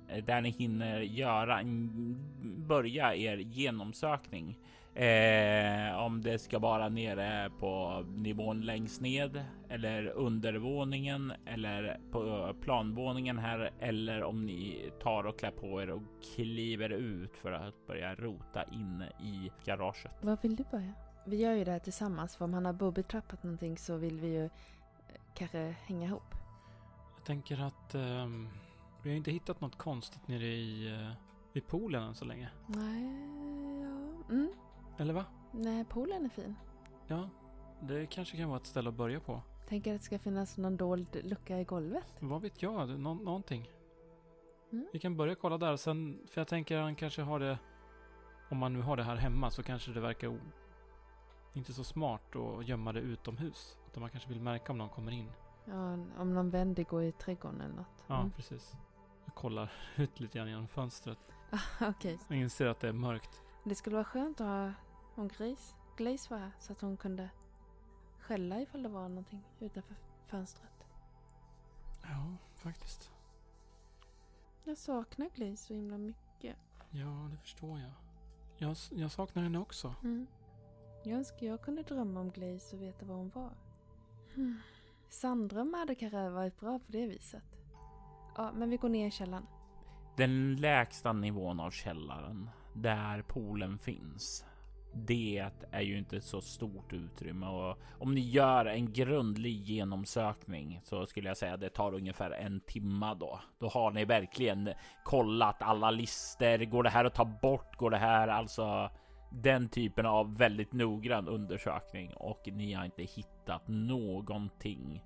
där ni hinner börja er genomsökning. Om det ska vara nere på nivån längst ned eller undervåningen eller på planvåningen här, eller om ni tar och klär på er och kliver ut för att börja rota inne i garaget. Vad vill du börja? Vi gör ju det här tillsammans, för om han har booby-trappat någonting så vill vi ju kanske hänga ihop. Jag tänker att vi har inte hittat något konstigt nere i poolen än så länge. Nej, ja. Mm. Eller va? Nej, poolen är fin. Ja, det kanske kan vara ett ställe att börja på. Tänker att det ska finnas någon dold lucka i golvet. Vad vet jag? Någonting. Mm. Vi kan börja kolla där sen, för jag tänker att han kanske har det, om man nu har det här hemma så kanske det verkar inte så smart att gömma det utomhus. Utan man kanske vill märka om någon kommer in. Ja, om någon vändig går i trädgården eller något. Ja, precis. Jag kollar ut lite grann genom fönstret. Okej. Jag inser att det är mörkt. Det skulle vara skönt att ha en Glaze var här, så att hon kunde skälla ifall det var någonting utanför fönstret. Ja, faktiskt. Jag saknar Glaze så himla mycket. Ja, det förstår jag. Jag saknar henne också. Mm. Jag önskar jag kunde drömma om Glaze och veta vad hon var. Sanddrömmar hade kanske varit bra på det viset. Ja, men vi går ner i källaren. Den lägsta nivån av källaren, där poolen finns, det är ju inte ett så stort utrymme, och om ni gör en grundlig genomsökning så skulle jag säga att det tar ungefär 1 timme då. Då har ni verkligen kollat alla lister. Går det här att ta bort? Går det här, alltså den typen av väldigt noggrann undersökning, och ni har inte hittat någonting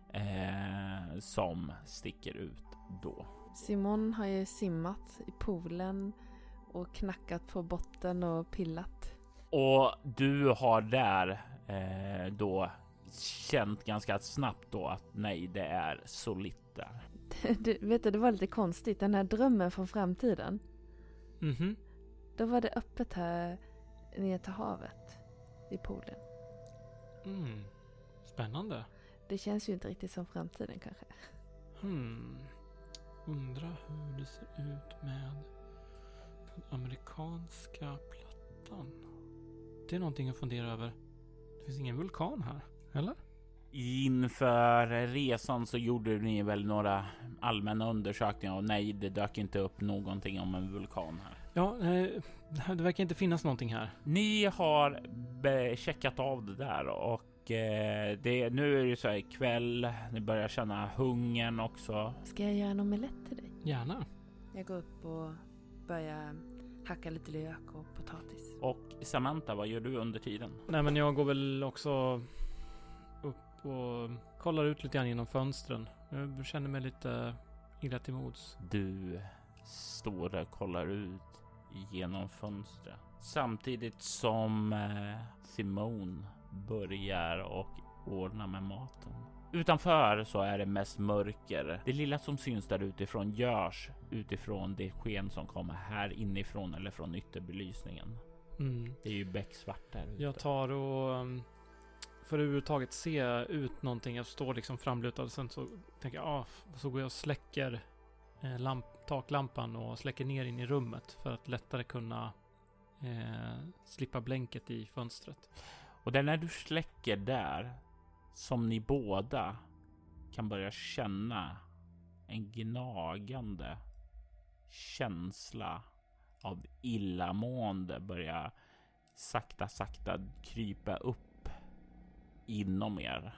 som sticker ut då. Simon har ju simmat i poolen och knackat på botten och pillat. Och du har där då känt ganska snabbt då att nej, det är solitt där. Vet du, det var lite konstigt. Den här drömmen från framtiden. Mhm. Då var det öppet här ner till havet i poolen. Mm. Spännande. Det känns ju inte riktigt som framtiden kanske. Undrar hur det ser ut med den amerikanska plattan. Det är någonting att fundera över. Det finns ingen vulkan här, eller? Inför resan så gjorde ni väl några allmänna undersökningar, och nej, det dök inte upp någonting om en vulkan här. Ja, det verkar inte finnas någonting här. Ni har checkat av det där, och nu är det så här kväll. Ni börjar känna hungern också. Ska jag göra en omelett till dig? Gärna. Jag går upp och börjar hacka lite lök och potatis. Och Samantha, vad gör du under tiden? Nej, men jag går väl också upp och kollar ut lite grann genom fönstren. Jag känner mig lite illa till mods. Du står där och kollar ut genom fönstret. Samtidigt som Simone börjar och ordna med maten. Utanför så är det mest mörker. Det lilla som syns där utifrån görs utifrån det sken som kommer här inifrån eller från ytterbelysningen. Mm. Det är ju becksvart där ute. Jag tar och för att överhuvudtaget se ut någonting. Jag står liksom framlutad och sen så tänker jag, så går jag och släcker taklampan och släcker ner in i rummet för att lättare kunna slippa blänket i fönstret. Och det är när du släcker där som ni båda kan börja känna en gnagande känsla av illamående börja sakta krypa upp inom er.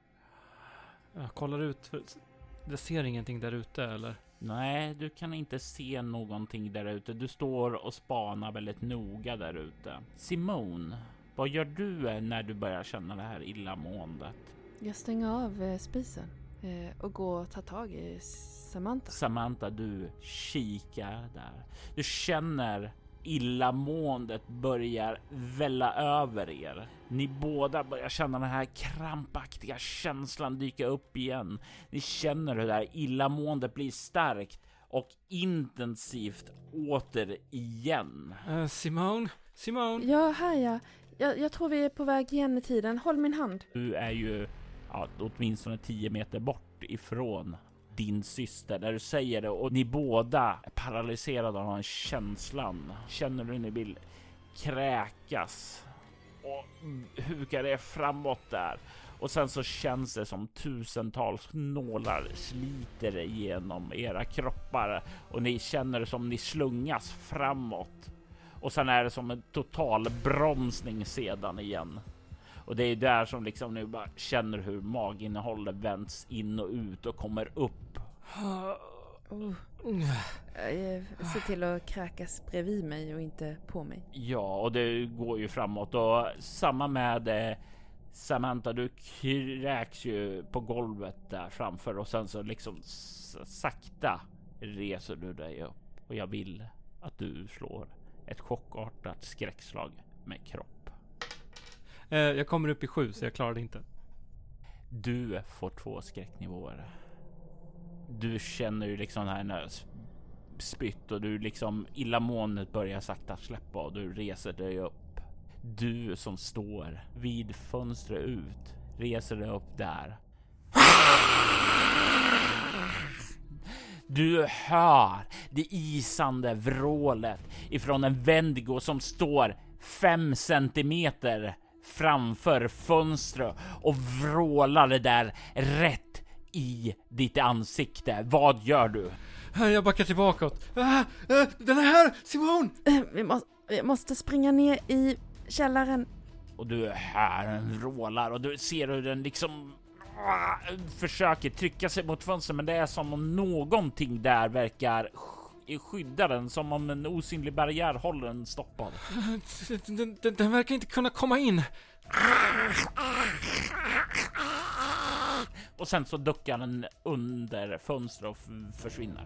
Jag kollar ut, för det ser ingenting där ute, eller? Nej, du kan inte se någonting där ute. Du står och spanar väldigt noga där ute. Simone, vad gör du när du börjar känna det här illamåendet? Jag stänger av spisen och går och tar tag i Samantha. Samantha, du kikar där. Du känner illamåendet börjar välla över er. Ni båda börjar känna den här krampaktiga känslan dyka upp igen. Ni känner hur det här illamåendet blir starkt och intensivt åter igen. Simone? Ja, här ja. Jag tror vi är på väg igen i tiden. Håll min hand. Du är ju åtminstone 10 meter bort ifrån din syster där du säger det, och ni båda är paralyserade av den känslan. Känner du ni vill kräkas och hukar er framåt där. Och sen så känns det som tusentals nålar sliter igenom era kroppar och ni känner det som ni slungas framåt. Och sen är det som en total bromsning sedan igen. Och det är där som liksom nu bara känner hur maginnehållet vänds in och ut och kommer upp. Jag ser till att kräkas bredvid mig och inte på mig. Ja, och det går ju framåt. Och samma med Samantha, du kräks ju på golvet där framför. Och sen så liksom sakta reser du dig upp. Och jag vill att du slår ett chockartat skräckslag med kropp. Jag kommer upp i 7 så jag klarar det inte. Du får 2 skräcknivåer. Du känner ju liksom här spytt och du liksom illamåendet börjar sakta släppa och du reser dig upp. Du som står vid fönstret ut reser dig upp där. Du hör det isande vrålet ifrån en Wendigo som står 5 centimeter framför fönstret och vrålar det där rätt i ditt ansikte. Vad gör du? Jag backar tillbaka. Den är här, Simon! Vi måste springa ner i källaren. Och du hör den vrålar och du ser hur den liksom försöker trycka sig mot fönstret, men det är som om någonting där verkar skydda den, som om en osynlig barriär håller den stoppad. Den verkar inte kunna komma in. Och sen så duckar den under fönstret och försvinner.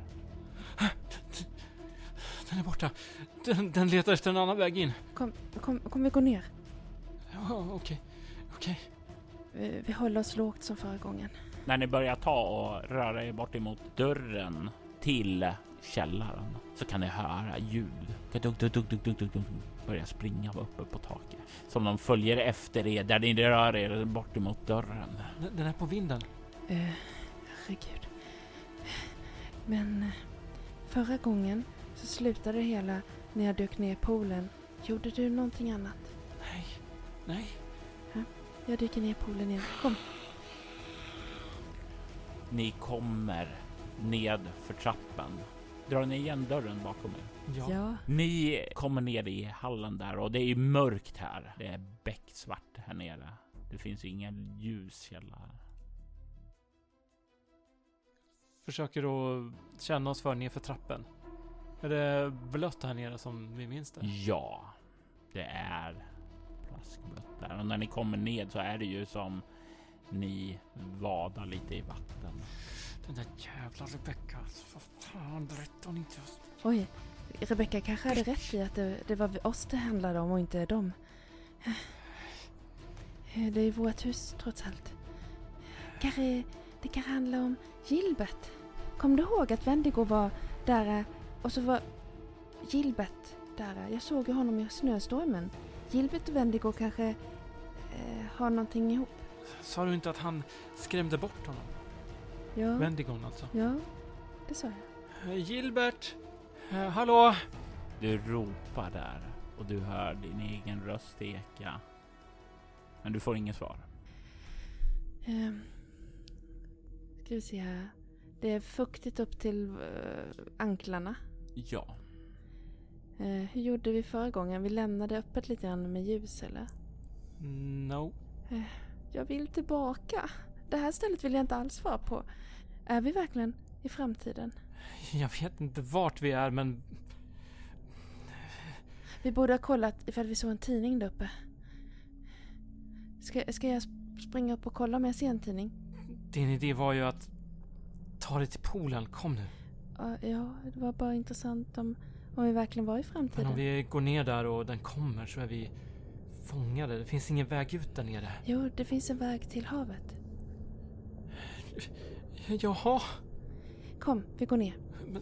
Den är borta. Den letar efter en annan väg in. Kom vi gå ner. Ja, okej. Vi håller oss lågt som förra gången. När ni börjar ta och röra er bort emot dörren till källaren så kan ni höra ljud. Börja springa uppe på taket. Som de följer efter er där ni rör er bort emot dörren. Den är på vinden. Herregud. Men förra gången så slutade det hela när jag dök ner i poolen. Gjorde du någonting annat? Nej. Jag dyker ner i poolen igen. Kom. Ni kommer ned för trappen. Drar ni igen dörren bakom er? Ja. Ni kommer ner i hallen där och det är mörkt här. Det är becksvart här nere. Det finns ingen ljuskälla här. Försöker att känna oss för ner för trappen. Är det blött här nere som vi minns det? Ja, det är plaskblött där. Och när ni kommer ned så är det ju som ni vadar lite i vatten. Den där jävla Rebecca. Vad fan, berättar hon inte oss? Oj, Rebecca kanske hade rätt i att det var oss det handlade om och inte dem. Det är vårt hus trots allt. Det kan handla om Gilbert. Kom du ihåg att Wendigo var där och så var Gilbert där? Jag såg ju honom i snöstormen. Gilbert och Wendigo kanske har någonting ihop. Sa du inte att han skrämde bort honom? Ja. Wendigon alltså? Ja, det sa jag. Gilbert! Hallå! Du ropar där och du hör din egen röst eka. Men du får inget svar. Ska vi se här. Det är fuktigt upp till anklarna. Ja. Hur gjorde vi förra gången? Vi lämnade öppet lite grann med ljus, eller? No. Jag vill tillbaka. Det här stället vill jag inte alls vara på. Är vi verkligen i framtiden? Jag vet inte vart vi är, men... Vi borde ha kollat ifall vi såg en tidning där uppe. Ska jag springa upp och kolla om jag ser en tidning? Din idé var ju att ta dig till poolen. Kom nu. Ja, det var bara intressant om vi verkligen var i framtiden. Men om vi går ner där och den kommer så är vi fångade. Det finns ingen väg ut där nere. Jo, det finns en väg till havet. Jaha. Kom, vi går ner. Men...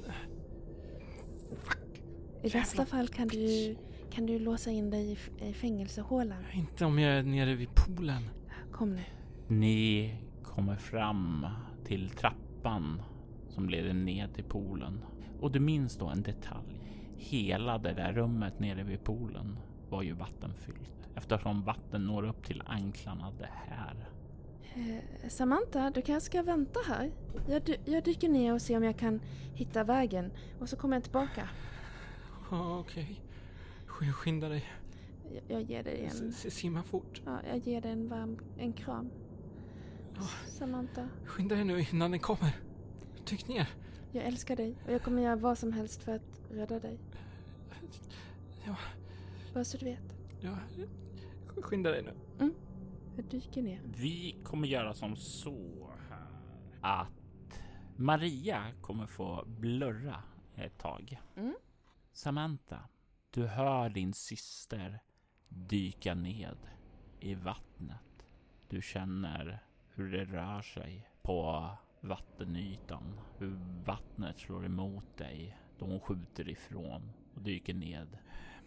I bästa fall kan du låsa in dig i fängelsehålan. Inte om jag är nere vid poolen. Kom nu. Ni kommer fram till trappan som leder ner till poolen. Och du minns då en detalj. Hela det där rummet nere vid poolen var ju vattenfyllt. Eftersom vatten når upp till anklarna det här. Samantha, du kanske ska vänta här. Jag dyker ner och ser om jag kan hitta vägen. Och så kommer jag tillbaka. Ja, okej. Skynda dig. Jag ger dig en... Simma fort. Ja, jag ger dig en kram. Samantha. Skynda dig nu innan den kommer. Dyk ner. Jag älskar dig och jag kommer göra vad som helst för att rädda dig. Ja. Bara så du vet. Ja. Skynda dig nu. Jag dyker ner. Vi kommer göra som så här att Maria kommer få blurra ett tag. Samantha, du hör din syster dyka ned i vattnet. Du känner hur det rör sig på vattenytan. Hur vattnet slår emot dig. De skjuter ifrån och dyker ned.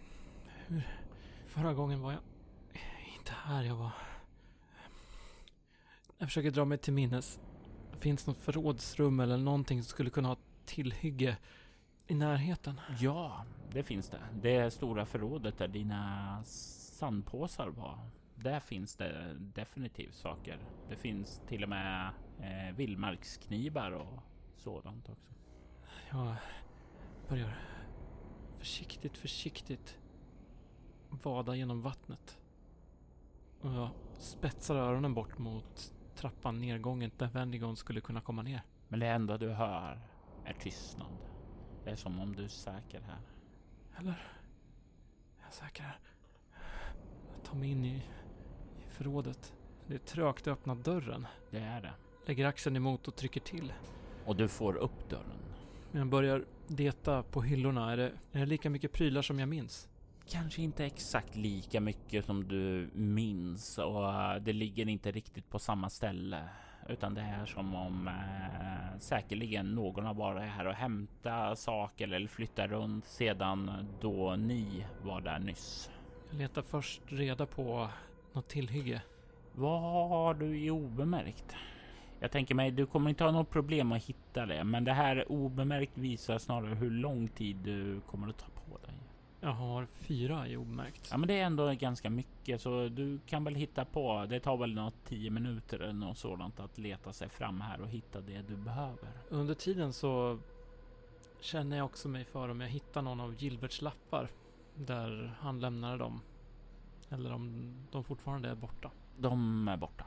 Förra gången var jag inte här. Jag försöker dra mig till minnes. Finns något förrådsrum eller någonting som skulle kunna ha tillhygge i närheten? Ja, det finns det. Det stora förrådet där dina sandpåsar var. Där finns det definitivt saker. Det finns till och med vildmarksknivar och sådant också. Jag börjar försiktigt vada genom vattnet. Och jag spetsar öronen bort mot trappan nedgången där Wendigon skulle kunna komma ner. Men det enda du hör är tystnad. Det är som om du är säker här. Eller? Jag är säker här. Jag tar mig in i förrådet. Det är trögt att öppna dörren. Det är det. Lägger axeln emot och trycker till. Och du får upp dörren. Men jag börjar leta på hyllorna. Är det lika mycket prylar som jag minns? Kanske inte exakt lika mycket som du minns. Och det ligger inte riktigt på samma ställe. Utan det är som om säkerligen någon har varit här och hämtat saker eller flyttat runt sedan då ni var där nyss. Jag letar först reda på något tillhygge. Vad har du i obemärkt? Jag tänker mig, du kommer inte ha något problem att hitta det. Men det här obemärkt visar snarare hur lång tid du kommer att ta på dig. Jag har 4 i obemärkt. Ja, men det är ändå ganska mycket, så du kan väl hitta på. Det tar väl något 10 minuter eller något sådant att leta sig fram här och hitta det du behöver. Under tiden så känner jag också mig för om jag hittar någon av Gilberts lappar där han lämnade dem. Eller om de fortfarande är borta. De är borta.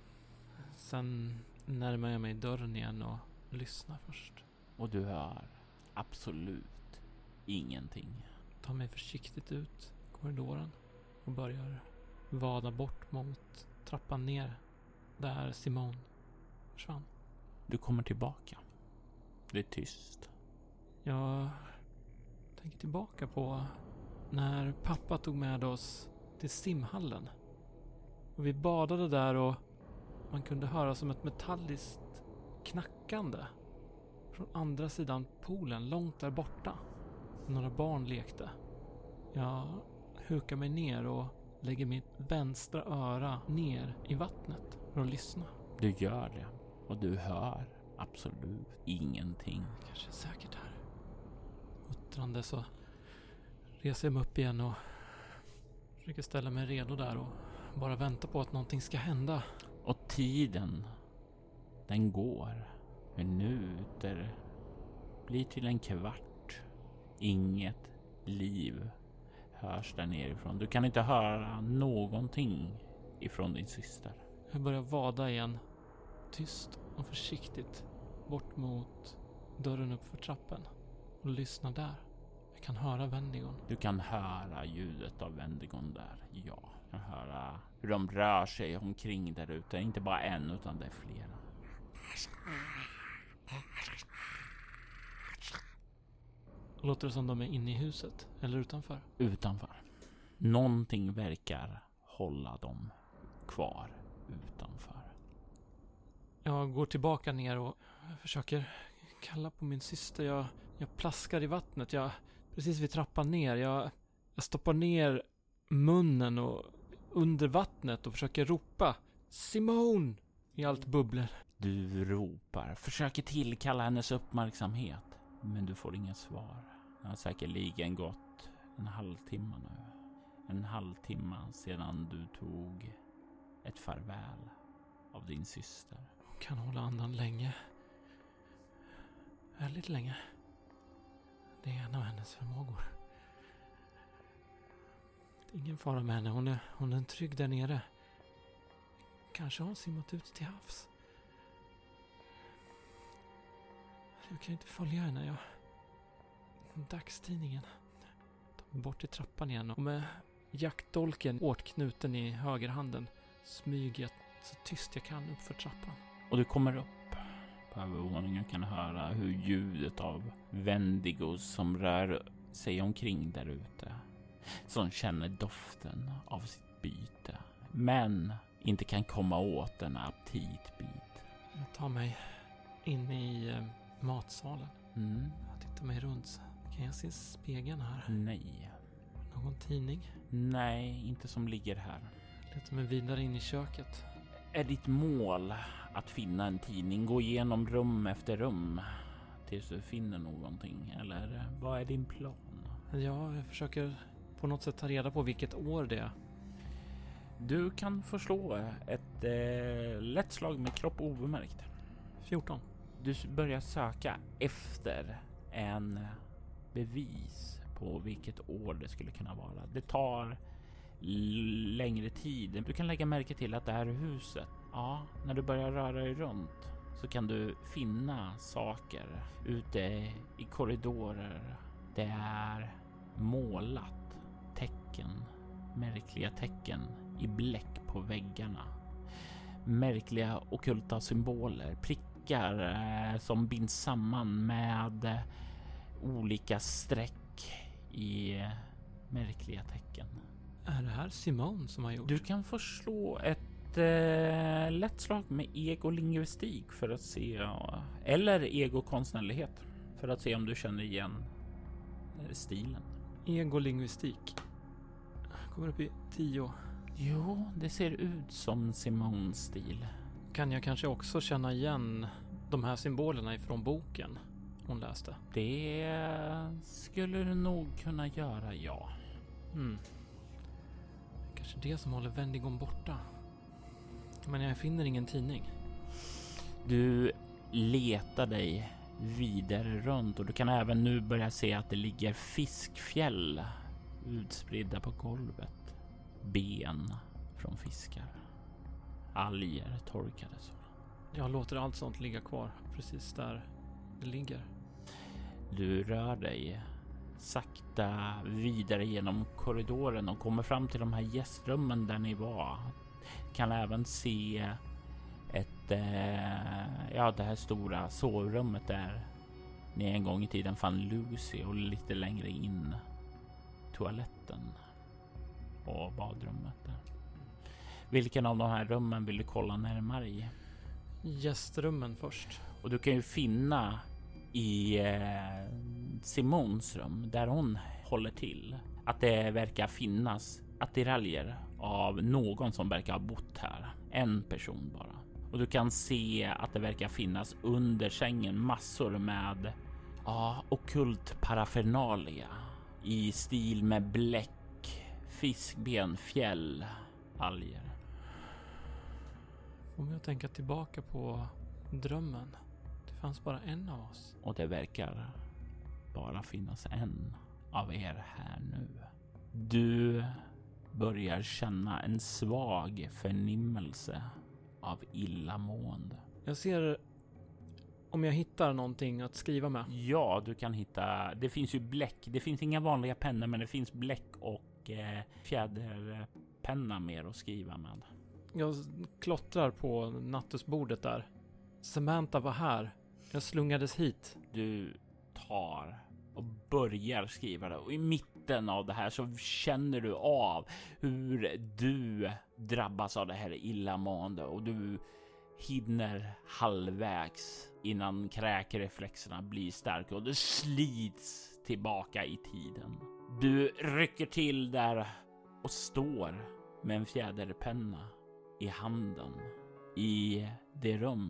Sen närmar jag mig dörren igen och lyssnar först. Och du hör absolut ingenting. Tar mig försiktigt ut korridoren och börjar vada bort mot trappan ner där Simone försvann. Du kommer tillbaka. Det är tyst. Jag tänker tillbaka på när pappa tog med oss till simhallen. Och vi badade där och man kunde höra som ett metalliskt knackande från andra sidan poolen, långt där borta. Några barn lekte. Jag hukar mig ner och lägger mitt vänstra öra ner i vattnet för att lyssna. Du gör det och du hör absolut ingenting. Kanske är säkert här. Uttrande så reser jag mig upp igen och försöker ställa mig redo där och bara vänta på att någonting ska hända. Och tiden, den går. Minuter blir till en kvart. Inget liv hörs där nerifrån. Du kan inte höra någonting ifrån din syster. Jag börjar vada igen, tyst och försiktigt, bort mot dörren upp för trappen och lyssna där. Jag kan höra Wendigon. Du kan höra ljudet av Wendigon där, ja. Du kan höra hur de rör sig omkring där ute. Inte bara en, utan det är flera. Låter det som de är inne i huset eller utanför? Utanför. Någonting verkar hålla dem kvar utanför. Jag går tillbaka ner och försöker kalla på min syster. Jag plaskar i vattnet. Precis vid trappan ner. Jag stoppar ner munnen och under vattnet och försöker ropa Simone i allt bubbler. Du ropar, försöker tillkalla hennes uppmärksamhet, men du får inget svar. Det har säkerligen gått en halvtimme nu. En halvtimme sedan du tog ett farväl av din syster. Hon kan hålla andan länge. Väldigt länge. Det är en av hennes förmågor. Det är ingen fara med henne. Hon är trygg där nere. Kanske har hon simmat ut till havs. Jag kan inte följa henne. Dagstidningen. De är bort till trappan igen och med jaktdolken hårt knuten i högerhanden smyger jag så tyst jag kan upp för trappan. Och du kommer upp på övervåningen och kan höra hur ljudet av Wendigos som rör sig omkring där ute. Som känner doften av sitt byte. Men inte kan komma åt en aptitbit. Jag tar mig in i matsalen. Jag tittar mig runt. Kan jag se spegeln här? Nej. Någon tidning? Nej, inte som ligger här. Jag letar mig vidare in i köket. Är ditt mål att finna en tidning? Gå igenom rum efter rum tills du finner någonting? Eller vad är din plan? Ja, jag försöker på något sätt ta reda på vilket år det är. Du kan förslå ett lätt slag med kropp obemärkt. 14. Du börjar söka efter en bevis på vilket år det skulle kunna vara. Det tar längre tid. Du kan lägga märke till att det här huset, ja, när du börjar röra dig runt så kan du finna saker ute i korridorer. Det är målat tecken, märkliga tecken i bläck på väggarna. Märkliga ockulta symboler, prickar som binds samman med olika streck i märkliga tecken. Är det här Simone som har gjort? Du kan förslå ett lätt slag med egolinguistik för att se, eller egokonstnärlighet för att se om du känner igen stilen. Egolinguistik. Kommer upp i 10. Jo, det ser ut som Simones stil. Kan jag kanske också känna igen de här symbolerna ifrån boken hon läste? Det skulle du nog kunna göra, ja. Kanske det som håller Wendigon borta. Men jag finner ingen tidning. Du letar dig vidare runt och du kan även nu börja se att det ligger fiskfjäll utspridda på golvet. Ben från fiskar. Alger torkade så. Jag låter allt sånt ligga kvar precis där det ligger. Du rör dig sakta vidare genom korridoren och kommer fram till de här gästrummen där ni var. Kan även se det här stora sovrummet där ni en gång i tiden fann Lucy och lite längre in toaletten och badrummet där. Vilken av de här rummen vill du kolla närmare i? Gästrummen först. Och du kan ju finna i Simons rum där hon håller till att det verkar finnas attiraljer av någon som verkar ha bott här. En person bara. Och du kan se att det verkar finnas under sängen massor med ockult paraphernalia i stil med bläck, fiskben, fjäll, alger. Om jag tänker tillbaka på drömmen. Det fanns bara en av oss. Och det verkar bara finnas en av er här nu. Du börjar känna en svag förnimmelse av illamående. Jag ser om jag hittar någonting att skriva med. Ja, du kan hitta. Det finns ju bläck. Det finns inga vanliga pennor, men det finns bläck och fjäderpenna mer att skriva med. Jag klottrar på nattusbordet där. Samantha var här. Jag slungades hit. Du tar och börjar skriva det. Och i mitten av det här så känner du av hur du drabbas av det här illamående. Och du hinner halvvägs innan kräkreflexerna blir starka. Och du slits tillbaka i tiden. Du rycker till där och står med en fjäderpenna i handen i det rum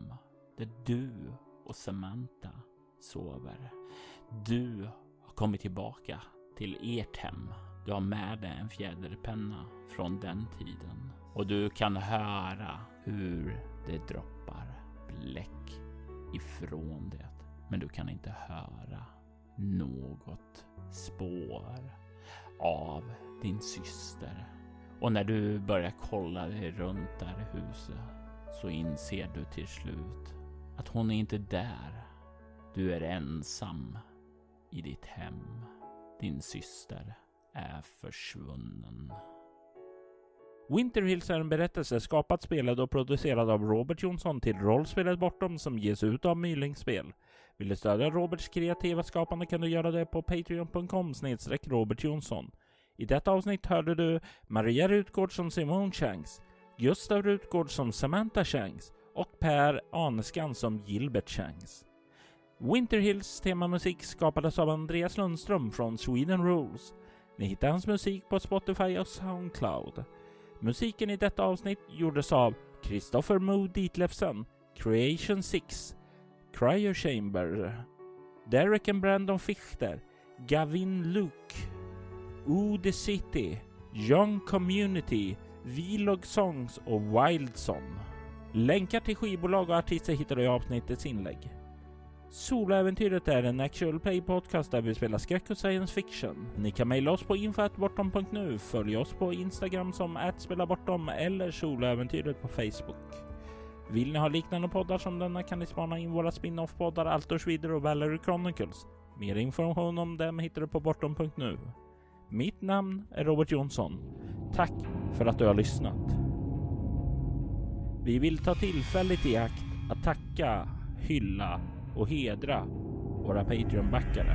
där du och Samantha sover. Du har kommit tillbaka till ert hem. Du har med dig en fjäderpenna från den tiden. Och du kan höra hur det droppar bläck ifrån det. Men du kan inte höra något spår av din syster. Och när du börjar kolla dig runt där i huset så inser du till slut att hon är inte där. Du är ensam i ditt hem. Din syster är försvunnen. Winter Hills är en berättelse skapad, spelad och producerad av Robert Jonsson till rollspelet Bortom som ges ut av Mylingspel. Vill du stödja Roberts kreativa skapande kan du göra det på patreon.com/Robert Jonsson. I detta avsnitt hörde du Maria Rutgård som Simone Shanks, Gustav Rutgård som Samantha Shanks och Per Aneskan som Gilbert Shanks. Winter Hills temamusik skapades av Andreas Lundström från Sweden Rules. Ni hittar hans musik på Spotify och Soundcloud. Musiken i detta avsnitt gjordes av Christopher Mo Ditlevsen, Creation 6, Cryo Chamber, Derek and Brandon Fichter, Gavin Luke, The City, Young Community, Vlog Songs och Wildson. Länkar till skivbolag och artister hittar du i avsnittets inlägg. Soloäventyret är en actual play podcast där vi spelar skräck och science fiction. Ni kan mejla oss på info@bortom.nu, följ oss på Instagram som @spelabortom eller Soloäventyret på Facebook. Vill ni ha liknande poddar som denna kan ni spana in våra spin-off-poddar Altors Vidare och Valerie Chronicles. Mer information om dem hittar du på bortom.nu. Mitt namn är Robert Jonsson. Tack för att du har lyssnat. Vi vill ta tillfället i akt att tacka, hylla och hedra våra Patreon-backare.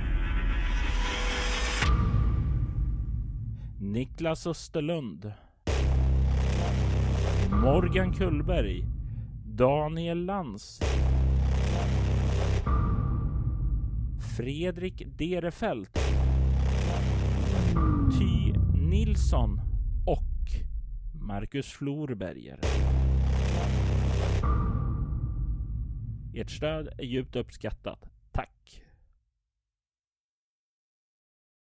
Niklas Österlund, Morgan Kullberg, Daniel Lantz, Fredrik Derefelt, Ty Nilsson och Marcus Florberger. Ert stöd är djupt uppskattat. Tack!